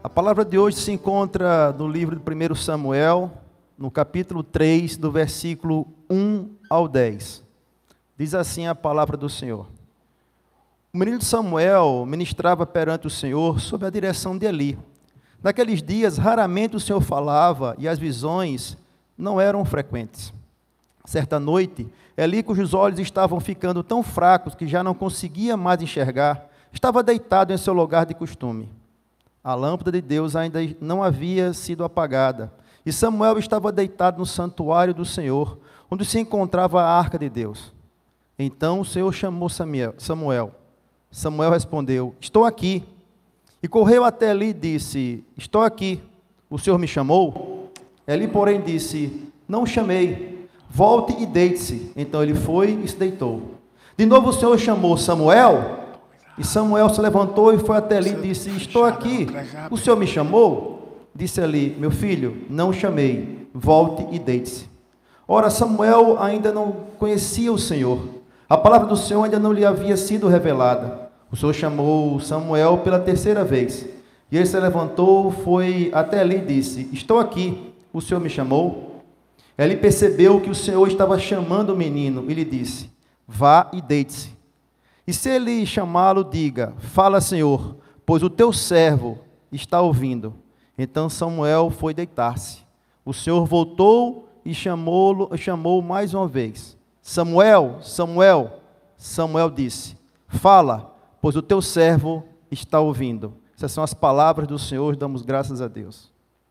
A palavra de hoje se encontra no livro de 1 Samuel, no capítulo 3, do versículo 1 ao 10. Diz assim a palavra do Senhor. O menino Samuel ministrava perante o Senhor sob a direção de Eli. Naqueles dias, raramente o Senhor falava e as visões não eram frequentes. Certa noite, Eli, cujos olhos estavam ficando tão fracos que já não conseguia mais enxergar, estava deitado em seu lugar de costume. A lâmpada de Deus ainda não havia sido apagada, e Samuel estava deitado no santuário do Senhor, onde se encontrava a arca de Deus. Então o Senhor chamou Samuel. Samuel respondeu: "Estou aqui." E correu até Eli e disse: "Estou aqui. O Senhor me chamou?" Eli, porém, disse: "Não o chamei. Volte e deite-se." Então ele foi e se deitou. De novo o Senhor chamou: "Samuel?" E Samuel se levantou e foi até Eli e disse: "Estou aqui. O Senhor me chamou?" Disse Eli: "Meu filho, não o chamei. Volte e deite-se." Ora, Samuel ainda não conhecia o Senhor. A palavra do Senhor ainda não lhe havia sido revelada. O Senhor chamou Samuel pela terceira vez. E ele se levantou, foi até Eli e disse: "Estou aqui. O Senhor me chamou?" Eli percebeu que o Senhor estava chamando o menino e lhe disse: "Vá e deite-se. E se ele chamá-lo, diga: Fala, Senhor, pois o teu servo está ouvindo." Então Samuel foi deitar-se. O Senhor voltou e chamou mais uma vez: "Samuel, Samuel." Samuel disse: "Fala, pois o teu servo está ouvindo." Essas são as palavras do Senhor, damos graças a Deus.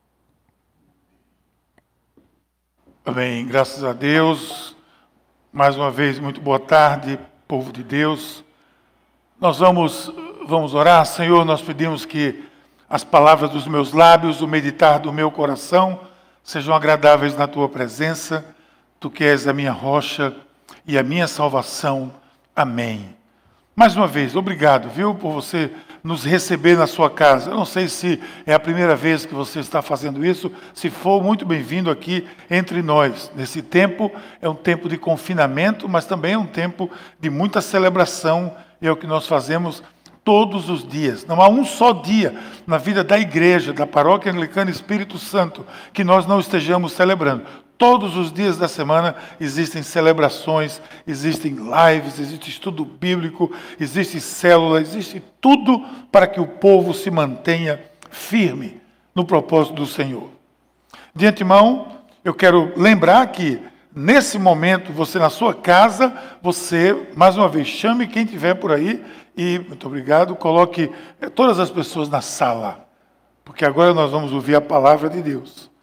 Amém, graças a Deus. Mais uma vez, muito boa tarde, povo de Deus. Nós vamos orar. Senhor, nós pedimos que as palavras dos meus lábios, o meditar do meu coração, sejam agradáveis na tua presença. Tu que és a minha rocha e a minha salvação. Amém. Mais uma vez, obrigado, viu, por você nos receber na sua casa. Eu não sei se é a primeira vez que você está fazendo isso. Se for, muito bem-vindo aqui entre nós. Nesse tempo, é um tempo de confinamento, mas também é um tempo de muita celebração. É o que nós fazemos todos os dias. Não há um só dia na vida da igreja, da Paróquia Anglicana Espírito Santo, que nós não estejamos celebrando. Todos os dias da semana existem celebrações, existem lives, existe estudo bíblico, existe célula, existe tudo para que o povo se mantenha firme no propósito do Senhor. De antemão, eu quero lembrar que nesse momento, você na sua casa, você, mais uma vez, chame quem estiver por aí e, muito obrigado, coloque todas as pessoas na sala, porque agora nós vamos ouvir a palavra de Deus.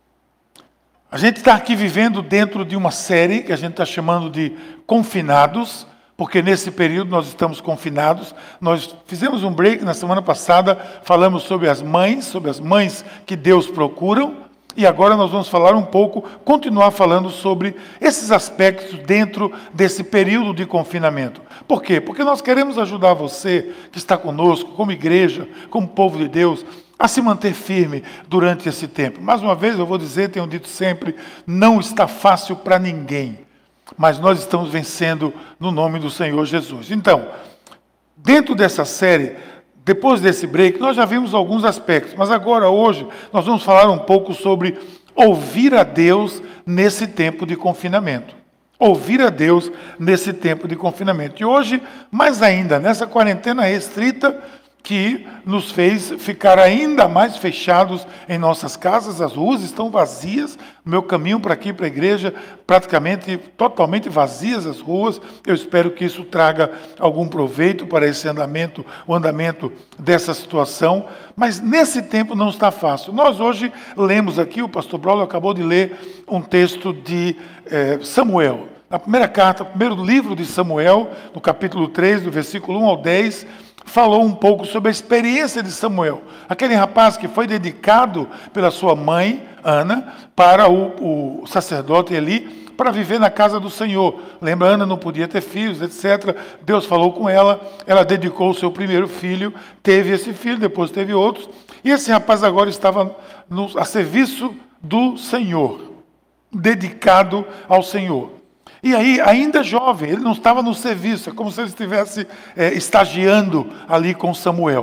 A gente está aqui vivendo dentro de uma série que a gente está chamando de Confinados, porque nesse período nós estamos confinados. Nós fizemos um break na semana passada, falamos sobre as mães que Deus procura, e agora nós vamos falar um pouco, continuar falando sobre esses aspectos dentro desse período de confinamento. Por quê? Porque nós queremos ajudar você que está conosco, como igreja, como povo de Deus, a se manter firme durante esse tempo. Mais uma vez eu vou dizer, tenho dito sempre, não está fácil para ninguém, mas nós estamos vencendo no nome do Senhor Jesus. Então, dentro dessa série, depois desse break, nós já vimos alguns aspectos, mas agora, hoje, nós vamos falar um pouco sobre ouvir a Deus nesse tempo de confinamento. Ouvir a Deus nesse tempo de confinamento. E hoje, mais ainda, nessa quarentena restrita, que nos fez ficar ainda mais fechados em nossas casas. As ruas estão vazias. No meu caminho para aqui, para a igreja, praticamente, totalmente vazias as ruas. Eu espero que isso traga algum proveito para esse andamento, o andamento dessa situação. Mas nesse tempo não está fácil. Nós hoje lemos aqui, o pastor Braulio acabou de ler um texto de Samuel. Na primeira carta, primeiro livro de Samuel, no capítulo 3, do versículo 1 ao 10, falou um pouco sobre a experiência de Samuel, aquele rapaz que foi dedicado pela sua mãe, Ana, para o sacerdote Eli, para viver na casa do Senhor. Lembra, Ana não podia ter filhos, etc. Deus falou com ela, ela dedicou o seu primeiro filho, teve esse filho, depois teve outros, e esse rapaz agora estava a serviço do Senhor, dedicado ao Senhor. E aí, ainda jovem, ele não estava no serviço, é como se ele estivesse estagiando ali com Samuel.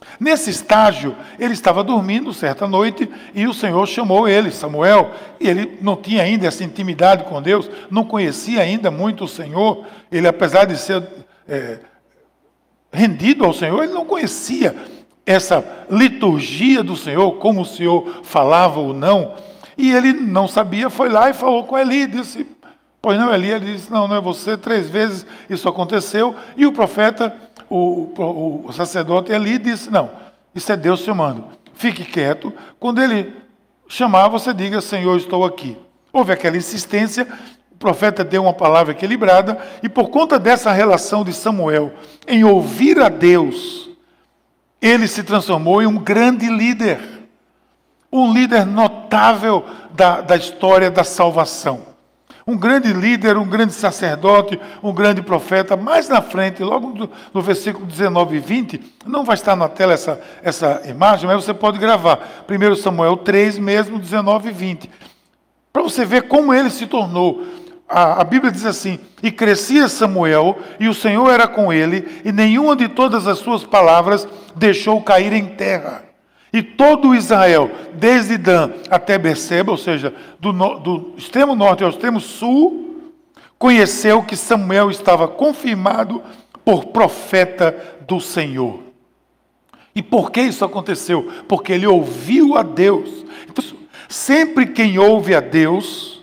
Nesse estágio, ele estava dormindo certa noite e o Senhor chamou ele, Samuel, e ele não tinha ainda essa intimidade com Deus, não conhecia ainda muito o Senhor. Ele, apesar de ser rendido ao Senhor, ele não conhecia essa liturgia do Senhor, como o Senhor falava ou não. E ele não sabia, foi lá e falou com Eli, disse: pois não, Eli? Ele disse: não é você, 3 vezes isso aconteceu. E o profeta, o sacerdote Eli disse: não, isso é Deus chamando, fique quieto. Quando ele chamar, você diga: Senhor, estou aqui. Houve aquela insistência, o profeta deu uma palavra equilibrada, e por conta dessa relação de Samuel em ouvir a Deus, ele se transformou em um grande líder, um líder notável da história da salvação. Um grande líder, um grande sacerdote, um grande profeta. Mais na frente, logo no versículo 19 e 20, não vai estar na tela essa imagem, mas você pode gravar. 1 Samuel 3, mesmo 19 e 20. Para você ver como ele se tornou. A Bíblia diz assim: e crescia Samuel, e o Senhor era com ele, e nenhuma de todas as suas palavras deixou cair em terra. E todo Israel, desde Dan até Berseba, ou seja, do extremo norte ao extremo sul, conheceu que Samuel estava confirmado por profeta do Senhor. E por que isso aconteceu? Porque ele ouviu a Deus. Então, sempre quem ouve a Deus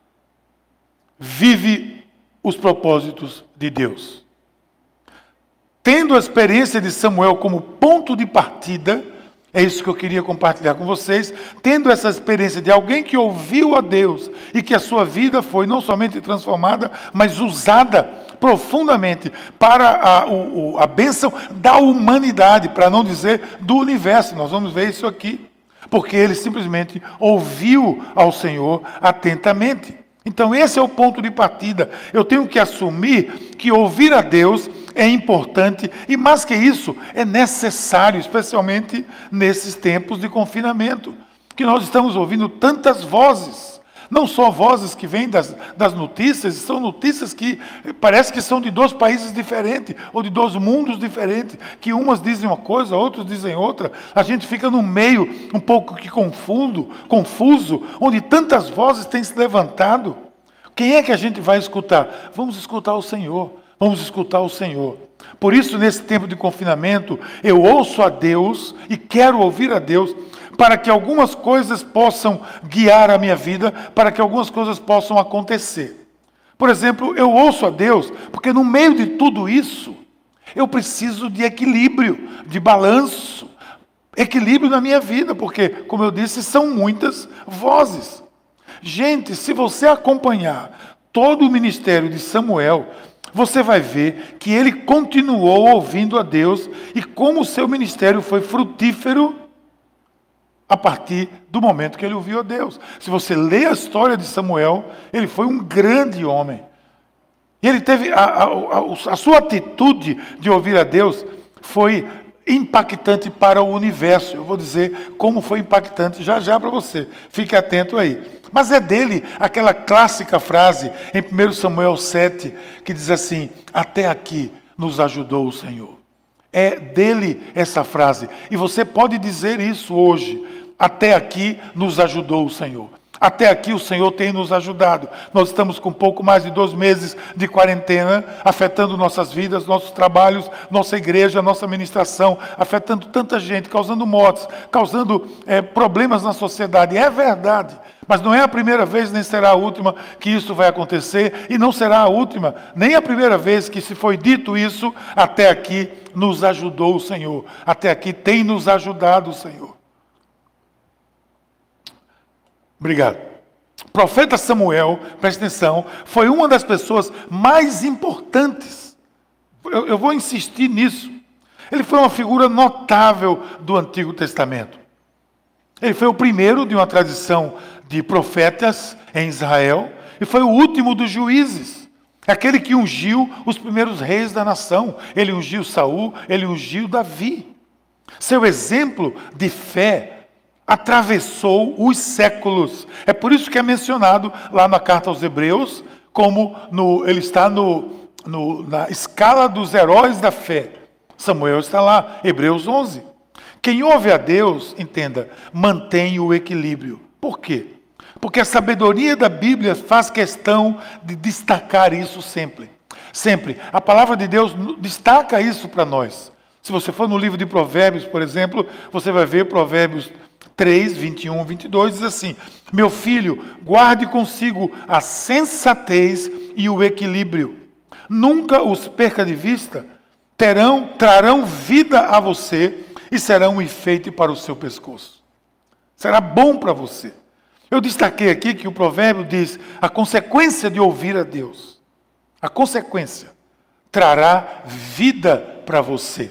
vive os propósitos de Deus. Tendo a experiência de Samuel como ponto de partida, é isso que eu queria compartilhar com vocês, tendo essa experiência de alguém que ouviu a Deus e que a sua vida foi não somente transformada, mas usada profundamente para a bênção da humanidade, para não dizer do universo. Nós vamos ver isso aqui, porque ele simplesmente ouviu ao Senhor atentamente. Então esse é o ponto de partida. Eu tenho que assumir que ouvir a Deus é importante e, mais que isso, é necessário, especialmente nesses tempos de confinamento, que nós estamos ouvindo tantas vozes, não só vozes que vêm das notícias, são notícias que parece que são de 2 países diferentes, ou de 2 mundos diferentes, que umas dizem uma coisa, outros dizem outra. A gente fica no meio um pouco que confuso, onde tantas vozes têm se levantado. Quem é que a gente vai escutar? Vamos escutar o Senhor. Vamos escutar o Senhor. Por isso, nesse tempo de confinamento, eu ouço a Deus e quero ouvir a Deus para que algumas coisas possam guiar a minha vida, para que algumas coisas possam acontecer. Por exemplo, eu ouço a Deus porque no meio de tudo isso, eu preciso de equilíbrio, de balanço, equilíbrio na minha vida, porque, como eu disse, são muitas vozes. Gente, se você acompanhar todo o ministério de Samuel, você vai ver que ele continuou ouvindo a Deus e como o seu ministério foi frutífero a partir do momento que ele ouviu a Deus. Se você lê a história de Samuel, ele foi um grande homem. E ele teve a sua atitude de ouvir a Deus foi impactante para o universo. Eu vou dizer como foi impactante já para você. Fique atento aí. Mas é dele aquela clássica frase em 1 Samuel 7, que diz assim: até aqui nos ajudou o Senhor. É dele essa frase. E você pode dizer isso hoje: até aqui nos ajudou o Senhor. Até aqui o Senhor tem nos ajudado. Nós estamos com pouco mais de 2 meses de quarentena, afetando nossas vidas, nossos trabalhos, nossa igreja, nossa ministração, afetando tanta gente, causando mortes, causando problemas na sociedade. É verdade, mas não é a primeira vez, nem será a última que isso vai acontecer, e não será a última, nem a primeira vez que se foi dito isso. Até aqui nos ajudou o Senhor. Até aqui tem nos ajudado o Senhor. Obrigado. O profeta Samuel, presta atenção, foi uma das pessoas mais importantes. Eu vou insistir nisso. Ele foi uma figura notável do Antigo Testamento. Ele foi o primeiro de uma tradição de profetas em Israel e foi o último dos juízes. Aquele que ungiu os primeiros reis da nação. Ele ungiu Saul, ele ungiu Davi. Seu exemplo de fé atravessou os séculos. É por isso que é mencionado lá na carta aos Hebreus, como ele está na escala dos heróis da fé. Samuel está lá, Hebreus 11. Quem ouve a Deus, entenda, mantém o equilíbrio. Por quê? Porque a sabedoria da Bíblia faz questão de destacar isso sempre. Sempre. A palavra de Deus destaca isso para nós. Se você for no livro de Provérbios, por exemplo, você vai ver Provérbios 3, 21, 22, diz assim: meu filho, guarde consigo a sensatez e o equilíbrio. Nunca os perca de vista. Trarão vida a você e serão um enfeite para o seu pescoço. Será bom para você. Eu destaquei aqui que o provérbio diz a consequência de ouvir a Deus. A consequência trará vida para você.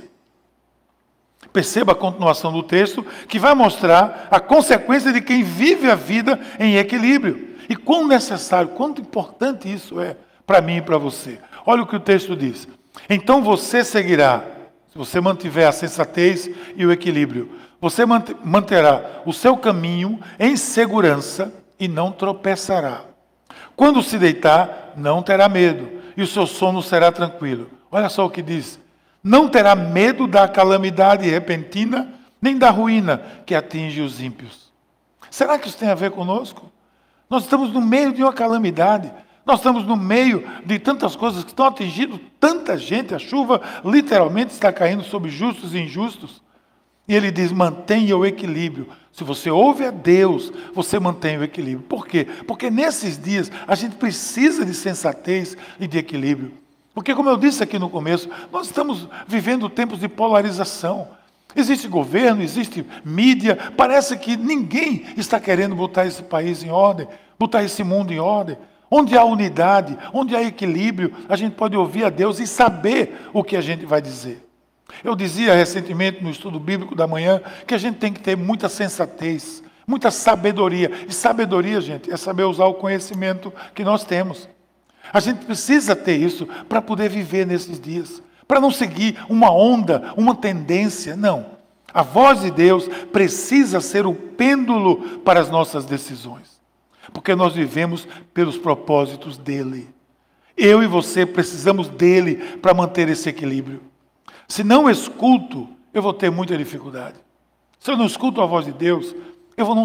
Perceba a continuação do texto, que vai mostrar a consequência de quem vive a vida em equilíbrio. E quão necessário, quanto importante isso é para mim e para você. Olha o que o texto diz. Então você seguirá, se você mantiver a sensatez e o equilíbrio, você manterá o seu caminho em segurança e não tropeçará. Quando se deitar, não terá medo, e o seu sono será tranquilo. Olha só o que diz. Não terá medo da calamidade repentina, nem da ruína que atinge os ímpios. Será que isso tem a ver conosco? Nós estamos no meio de uma calamidade. Nós estamos no meio de tantas coisas que estão atingindo tanta gente. A chuva literalmente está caindo sobre justos e injustos. E ele diz, mantenha o equilíbrio. Se você ouve a Deus, você mantém o equilíbrio. Por quê? Porque nesses dias a gente precisa de sensatez e de equilíbrio. Porque, como eu disse aqui no começo, nós estamos vivendo tempos de polarização. Existe governo, existe mídia, parece que ninguém está querendo botar esse país em ordem, botar esse mundo em ordem. Onde há unidade, onde há equilíbrio, a gente pode ouvir a Deus e saber o que a gente vai dizer. Eu dizia recentemente no estudo bíblico da manhã que a gente tem que ter muita sensatez, muita sabedoria. E sabedoria, gente, é saber usar o conhecimento que nós temos. A gente precisa ter isso para poder viver nesses dias, para não seguir uma onda, uma tendência, não. A voz de Deus precisa ser o pêndulo para as nossas decisões, porque nós vivemos pelos propósitos dEle. Eu e você precisamos dEle para manter esse equilíbrio. Se não escuto, eu vou ter muita dificuldade. Se eu não escuto a voz de Deus, eu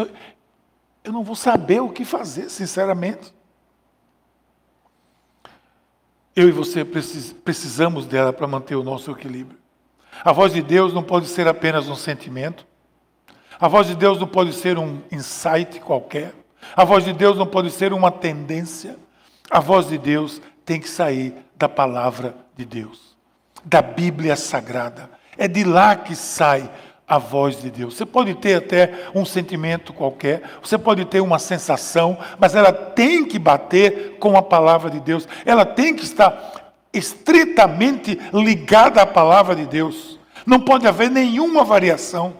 não vou saber o que fazer, sinceramente. Eu e você precisamos dela para manter o nosso equilíbrio. A voz de Deus não pode ser apenas um sentimento. A voz de Deus não pode ser um insight qualquer. A voz de Deus não pode ser uma tendência. A voz de Deus tem que sair da palavra de Deus, da Bíblia Sagrada. É de lá que sai a voz de Deus. Você pode ter até um sentimento qualquer, você pode ter uma sensação, mas ela tem que bater com a palavra de Deus. Ela tem que estar estritamente ligada à palavra de Deus. Não pode haver nenhuma variação.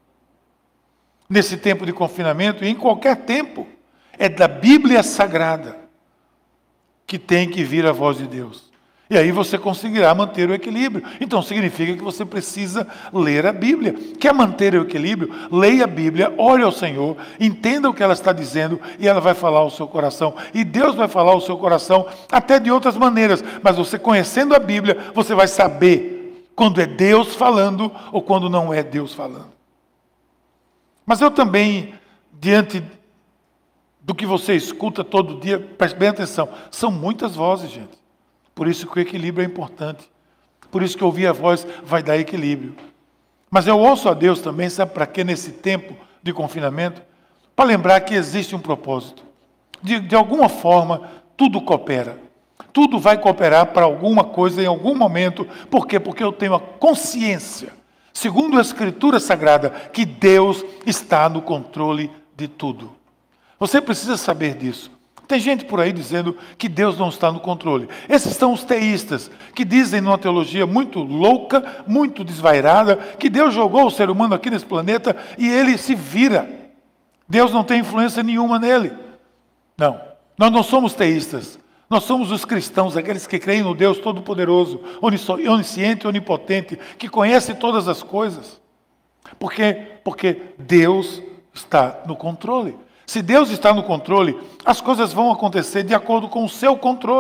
Nesse tempo de confinamento e em qualquer tempo, é da Bíblia Sagrada que tem que vir a voz de Deus. E aí você conseguirá manter o equilíbrio. Então significa que você precisa ler a Bíblia. Quer manter o equilíbrio? Leia a Bíblia, ore ao Senhor, entenda o que ela está dizendo e ela vai falar ao seu coração. E Deus vai falar ao seu coração até de outras maneiras. Mas você conhecendo a Bíblia, você vai saber quando é Deus falando ou quando não é Deus falando. Mas eu também, diante do que você escuta todo dia, preste bem atenção, são muitas vozes, gente. Por isso que o equilíbrio é importante. Por isso que ouvir a voz vai dar equilíbrio. Mas eu ouço a Deus também, sabe para quê nesse tempo de confinamento? Para lembrar que existe um propósito. De alguma forma, tudo coopera. Tudo vai cooperar para alguma coisa em algum momento. Por quê? Porque eu tenho a consciência, segundo a Escritura Sagrada, que Deus está no controle de tudo. Você precisa saber disso. Tem gente por aí dizendo que Deus não está no controle. Esses são os teístas, que dizem numa teologia muito louca, muito desvairada, que Deus jogou o ser humano aqui nesse planeta e ele se vira. Deus não tem influência nenhuma nele. Não, nós não somos teístas. Nós somos os cristãos, aqueles que creem no Deus Todo-Poderoso, onisciente, onipotente, que conhece todas as coisas. Por quê? Porque Deus está no controle. Se Deus está no controle, as coisas vão acontecer de acordo com o seu controle.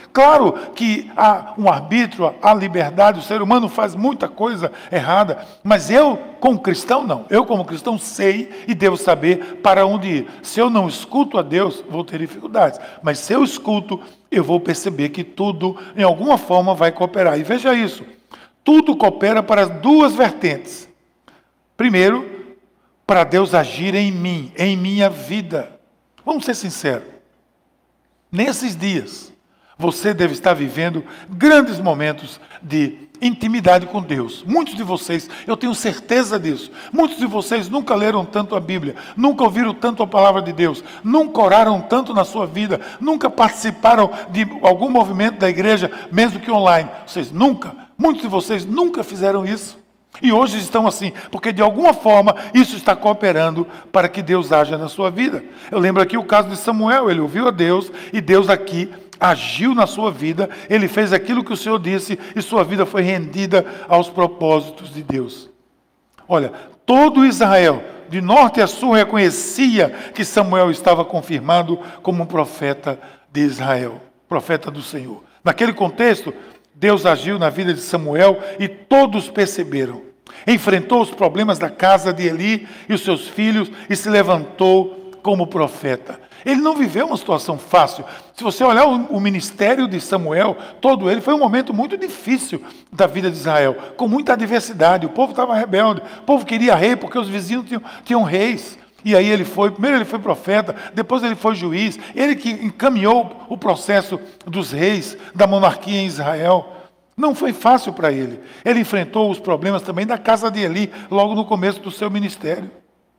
Claro que há um arbítrio, há liberdade, o ser humano faz muita coisa errada, mas eu, como cristão, não. Eu, como cristão, sei e devo saber para onde ir. Se eu não escuto a Deus, vou ter dificuldades. Mas se eu escuto, eu vou perceber que tudo, em alguma forma, vai cooperar. E veja isso, tudo coopera para as duas vertentes. Primeiro, para Deus agir em mim, em minha vida. Vamos ser sinceros. Nesses dias, você deve estar vivendo grandes momentos de intimidade com Deus. Muitos de vocês, eu tenho certeza disso, muitos de vocês nunca leram tanto a Bíblia, nunca ouviram tanto a palavra de Deus, nunca oraram tanto na sua vida, nunca participaram de algum movimento da igreja, mesmo que online. Muitos de vocês nunca fizeram isso. E hoje estão assim, porque de alguma forma isso está cooperando para que Deus haja na sua vida. Eu lembro aqui o caso de Samuel, ele ouviu a Deus e Deus aqui agiu na sua vida, ele fez aquilo que o Senhor disse e sua vida foi rendida aos propósitos de Deus. Olha, todo Israel, de norte a sul, reconhecia que Samuel estava confirmado como um profeta de Israel, profeta do Senhor. Naquele contexto, Deus agiu na vida de Samuel e todos perceberam. Enfrentou os problemas da casa de Eli e os seus filhos e se levantou como profeta. Ele não viveu uma situação fácil. Se você olhar o ministério de Samuel, todo ele foi um momento muito difícil da vida de Israel, com muita adversidade. O povo estava rebelde, o povo queria rei porque os vizinhos tinham reis. E aí primeiro ele foi profeta, depois ele foi juiz, ele que encaminhou o processo dos reis, da monarquia em Israel. Não foi fácil para ele. Ele enfrentou os problemas também da casa de Eli, logo no começo do seu ministério.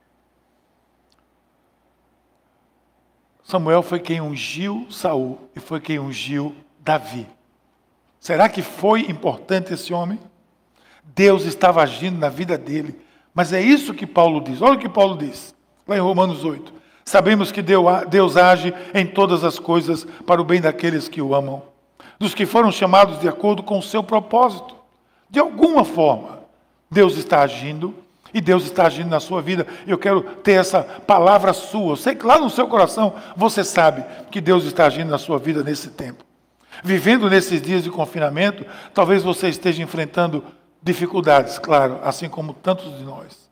Samuel foi quem ungiu Saul e foi quem ungiu Davi. Será que foi importante esse homem? Deus estava agindo na vida dele. Mas é isso que Paulo diz. Olha o que Paulo diz, lá em Romanos 8. Sabemos que Deus age em todas as coisas para o bem daqueles que o amam, dos que foram chamados de acordo com o seu propósito. De alguma forma, Deus está agindo e Deus está agindo na sua vida. Eu quero ter essa palavra sua. Eu sei que lá no seu coração você sabe que Deus está agindo na sua vida nesse tempo. Vivendo nesses dias de confinamento, talvez você esteja enfrentando dificuldades, claro, assim como tantos de nós.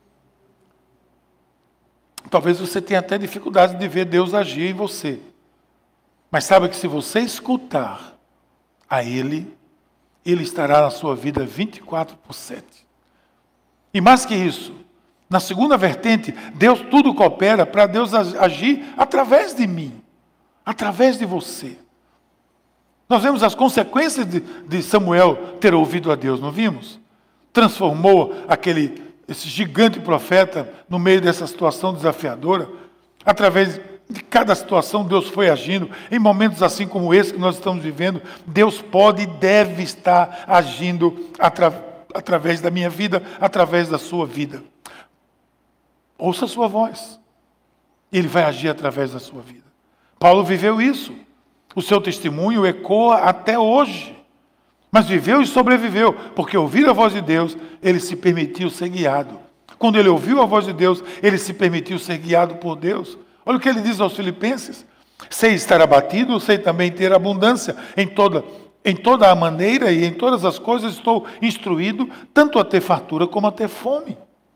Talvez você tenha até dificuldade de ver Deus agir em você. Mas sabe que se você escutar a Ele, Ele estará na sua vida 24/7. E mais que isso, na segunda vertente, Deus tudo coopera para Deus agir através de mim, através de você. Nós vemos as consequências de Samuel ter ouvido a Deus, não vimos? Transformou esse gigante profeta no meio dessa situação desafiadora. Através de cada situação, Deus foi agindo. Em momentos assim como esse que nós estamos vivendo, Deus pode e deve estar agindo através da minha vida, através da sua vida. Ouça a sua voz. Ele vai agir através da sua vida. Paulo viveu isso. O seu testemunho ecoa até hoje. Mas viveu e sobreviveu, porque ouviu a voz de Deus, ele se permitiu ser guiado. Quando ele ouviu a voz de Deus, ele se permitiu ser guiado por Deus. Olha o que ele diz aos Filipenses. Sei estar abatido, sei também ter abundância. Em toda a maneira e em todas as coisas estou instruído, tanto a ter fartura como a ter fome.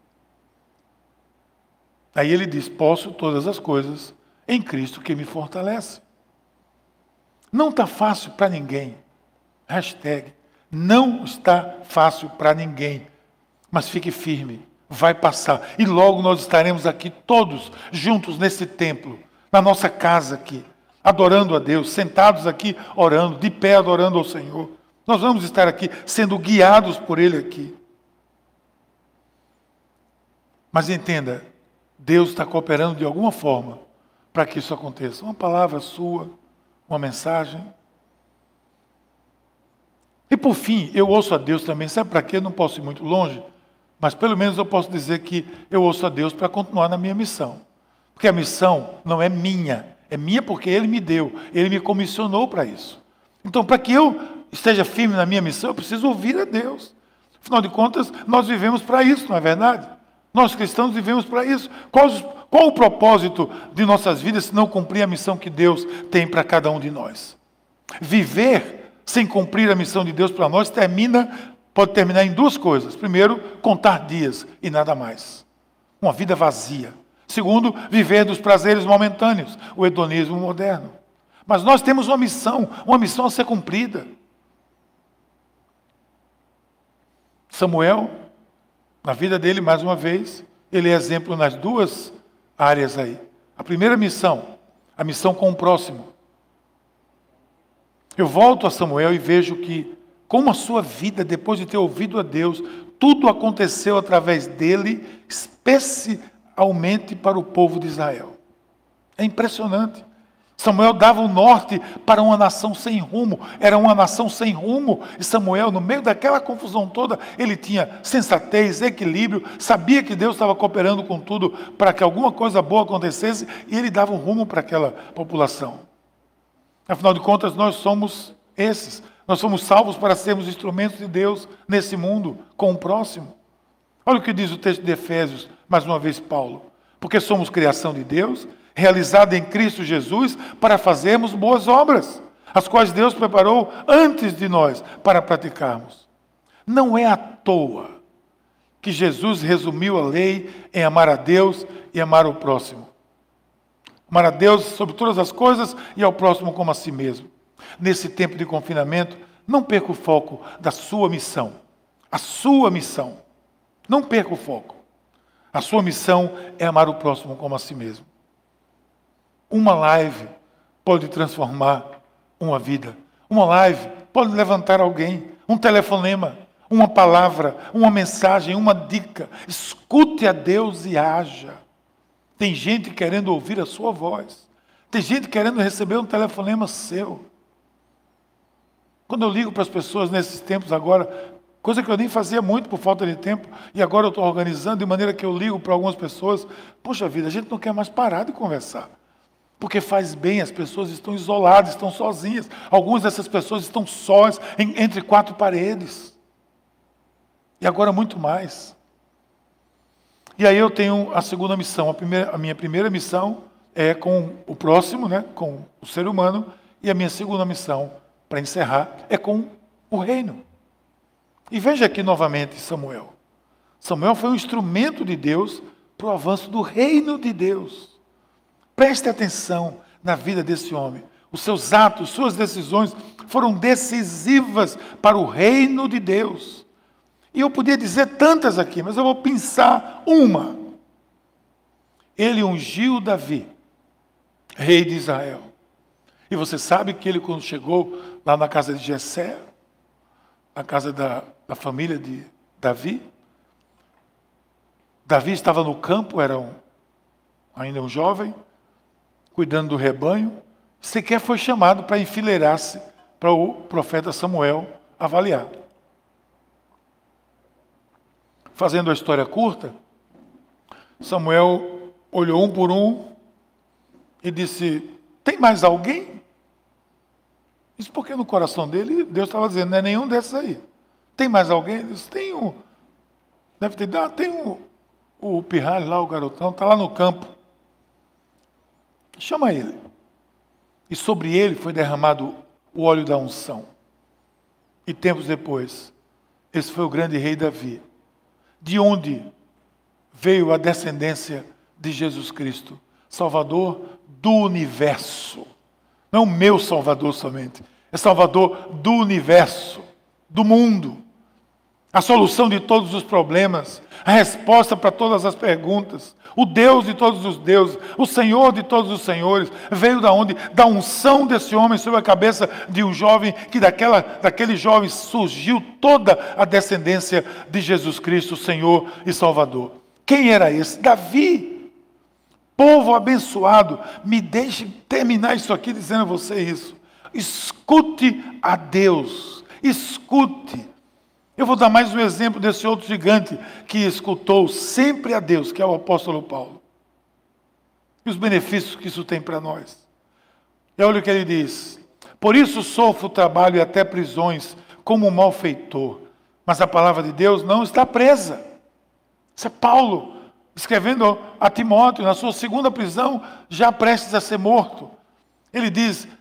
Aí ele diz, posso todas as coisas em Cristo que me fortalece. Não está fácil para ninguém. Hashtag, não está fácil para ninguém. Mas fique firme, vai passar. E logo nós estaremos aqui todos juntos nesse templo, na nossa casa aqui, adorando a Deus, sentados aqui orando, de pé adorando ao Senhor. Nós vamos estar aqui sendo guiados por Ele aqui. Mas entenda, Deus está cooperando de alguma forma para que isso aconteça. Uma palavra sua, uma mensagem. E por fim, eu ouço a Deus também. Sabe para quê? Eu não posso ir muito longe, mas pelo menos eu posso dizer que eu ouço a Deus para continuar na minha missão. Porque a missão não é minha. É minha porque Ele me deu. Ele me comissionou para isso. Então, para que eu esteja firme na minha missão, eu preciso ouvir a Deus. Afinal de contas, nós vivemos para isso, não é verdade? Nós cristãos vivemos para isso. Qual o propósito de nossas vidas se não cumprir a missão que Deus tem para cada um de nós? Viver sem cumprir a missão de Deus para nós pode terminar em duas coisas. Primeiro, contar dias e nada mais. Uma vida vazia. Segundo, viver dos prazeres momentâneos, o hedonismo moderno. Mas nós temos uma missão a ser cumprida. Samuel, na vida dele, mais uma vez, ele é exemplo nas duas áreas aí. A primeira missão, a missão com o próximo. Eu volto a Samuel e vejo que, como a sua vida, depois de ter ouvido a Deus, tudo aconteceu através dele, especialmente para o povo de Israel. É impressionante. Samuel dava o norte para uma nação sem rumo. Era uma nação sem rumo. E Samuel, no meio daquela confusão toda, ele tinha sensatez, equilíbrio, sabia que Deus estava cooperando com tudo para que alguma coisa boa acontecesse, e ele dava um rumo para aquela população. Afinal de contas, nós somos esses. Nós somos salvos para sermos instrumentos de Deus nesse mundo, com o próximo. Olha o que diz o texto de Efésios, mais uma vez Paulo. Porque somos criação de Deus, realizada em Cristo Jesus, para fazermos boas obras, as quais Deus preparou antes de nós para praticarmos. Não é à toa que Jesus resumiu a lei em amar a Deus e amar o próximo. Amar a Deus sobre todas as coisas e ao próximo como a si mesmo. Nesse tempo de confinamento, não perca o foco da sua missão. A sua missão. Não perca o foco. A sua missão é amar o próximo como a si mesmo. Uma live pode transformar uma vida. Uma live pode levantar alguém. Um telefonema, uma palavra, uma mensagem, uma dica. Escute a Deus e haja. Tem gente querendo ouvir a sua voz. Tem gente querendo receber um telefonema seu. Quando eu ligo para as pessoas nesses tempos agora, coisa que eu nem fazia muito por falta de tempo, e agora eu estou organizando de maneira que eu ligo para algumas pessoas, poxa vida, a gente não quer mais parar de conversar. Porque faz bem, as pessoas estão isoladas, estão sozinhas. Algumas dessas pessoas estão sós, entre quatro paredes. E agora muito mais. E aí eu tenho a segunda missão. A minha primeira missão é com o próximo, né, com o ser humano. E a minha segunda missão, para encerrar, é com o reino. E veja aqui novamente Samuel. Samuel foi um instrumento de Deus para o avanço do reino de Deus. Preste atenção na vida desse homem. Os seus atos, suas decisões foram decisivas para o reino de Deus. E eu podia dizer tantas aqui, mas eu vou pensar uma. Ele ungiu Davi, rei de Israel. E você sabe que ele, quando chegou lá na casa de Jessé, a casa da família de Davi, Davi estava no campo, era ainda um jovem, cuidando do rebanho, sequer foi chamado para enfileirar-se para o profeta Samuel avaliar. Fazendo a história curta, Samuel olhou um por um e disse, tem mais alguém? Isso porque no coração dele, Deus estava dizendo, não é nenhum desses aí. Tem mais alguém? Ele disse, tem um. Deve ter, tem o pirralho lá, o garotão, está lá no campo. Chama ele. E sobre ele foi derramado o óleo da unção. E tempos depois, esse foi o grande rei Davi, de onde veio a descendência de Jesus Cristo, Salvador do universo. Não o meu Salvador somente, é Salvador do universo, do mundo. A solução de todos os problemas, a resposta para todas as perguntas, o Deus de todos os deuses, o Senhor de todos os senhores, veio da onde? Da unção desse homem sobre a cabeça de um jovem, que daquele jovem surgiu toda a descendência de Jesus Cristo, Senhor e Salvador. Quem era esse? Davi, povo abençoado. Me deixe terminar isso aqui dizendo a você isso. Escute a Deus, escute. Eu vou dar mais um exemplo desse outro gigante que escutou sempre a Deus, que é o apóstolo Paulo. E os benefícios que isso tem para nós. E olha o que ele diz. Por isso sofro trabalho e até prisões como um malfeitor. Mas a palavra de Deus não está presa. Isso é Paulo escrevendo a Timóteo, na sua segunda prisão, já prestes a ser morto. Ele diz,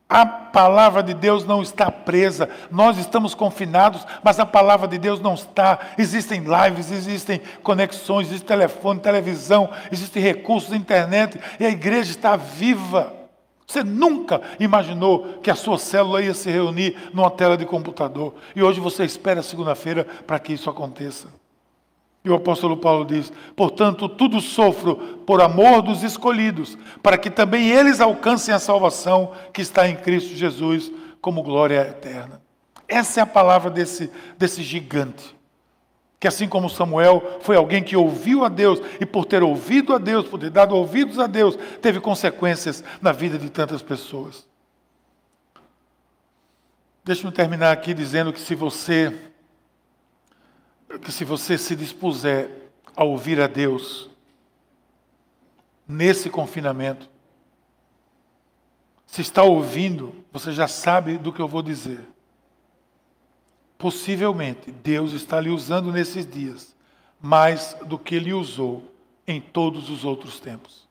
A palavra de Deus não está presa. Nós estamos confinados, mas a palavra de Deus não está. Existem lives, existem conexões, existe telefone, televisão, existem recursos, internet, e a igreja está viva. Você nunca imaginou que a sua célula ia se reunir numa tela de computador. E hoje você espera segunda-feira para que isso aconteça. E o apóstolo Paulo diz: portanto, tudo sofro por amor dos escolhidos, para que também eles alcancem a salvação que está em Cristo Jesus, como glória eterna. Essa é a palavra desse gigante. Que assim como Samuel foi alguém que ouviu a Deus, e por ter ouvido a Deus, por ter dado ouvidos a Deus, teve consequências na vida de tantas pessoas. Deixa-me terminar aqui dizendo que se você se dispuser a ouvir a Deus nesse confinamento, se está ouvindo, você já sabe do que eu vou dizer. Possivelmente, Deus está lhe usando nesses dias mais do que lhe usou em todos os outros tempos.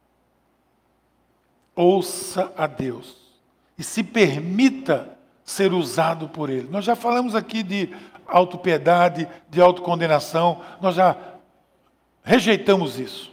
Ouça a Deus e se permita ser usado por Ele. Nós já falamos aqui de autopiedade, de autocondenação, nós já rejeitamos isso.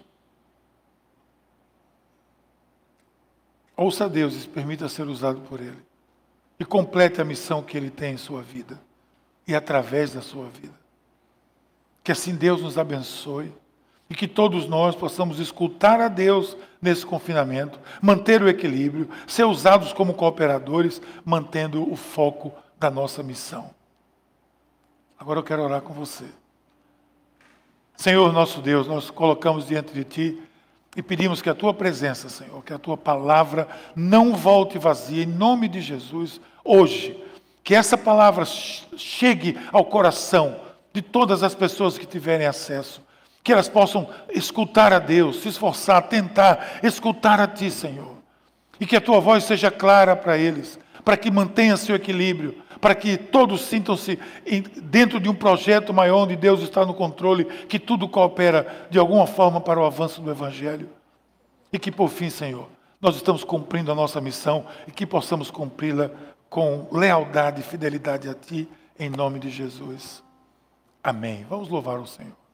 Ouça a Deus e se permita ser usado por Ele. E complete a missão que Ele tem em sua vida e através da sua vida. Que assim Deus nos abençoe e que todos nós possamos escutar a Deus nesse confinamento, manter o equilíbrio, ser usados como cooperadores, mantendo o foco da nossa missão. Agora eu quero orar com você. Senhor nosso Deus, nós colocamos diante de Ti e pedimos que a Tua presença, Senhor, que a Tua palavra não volte vazia, em nome de Jesus, hoje. Que essa palavra chegue ao coração de todas as pessoas que tiverem acesso. Que elas possam escutar a Deus, se esforçar, tentar escutar a Ti, Senhor. E que a Tua voz seja clara para eles, para que mantenha seu equilíbrio, para que todos sintam-se dentro de um projeto maior onde Deus está no controle, que tudo coopera de alguma forma para o avanço do Evangelho. E que por fim, Senhor, nós estamos cumprindo a nossa missão e que possamos cumpri-la com lealdade e fidelidade a Ti, em nome de Jesus. Amém. Vamos louvar o Senhor.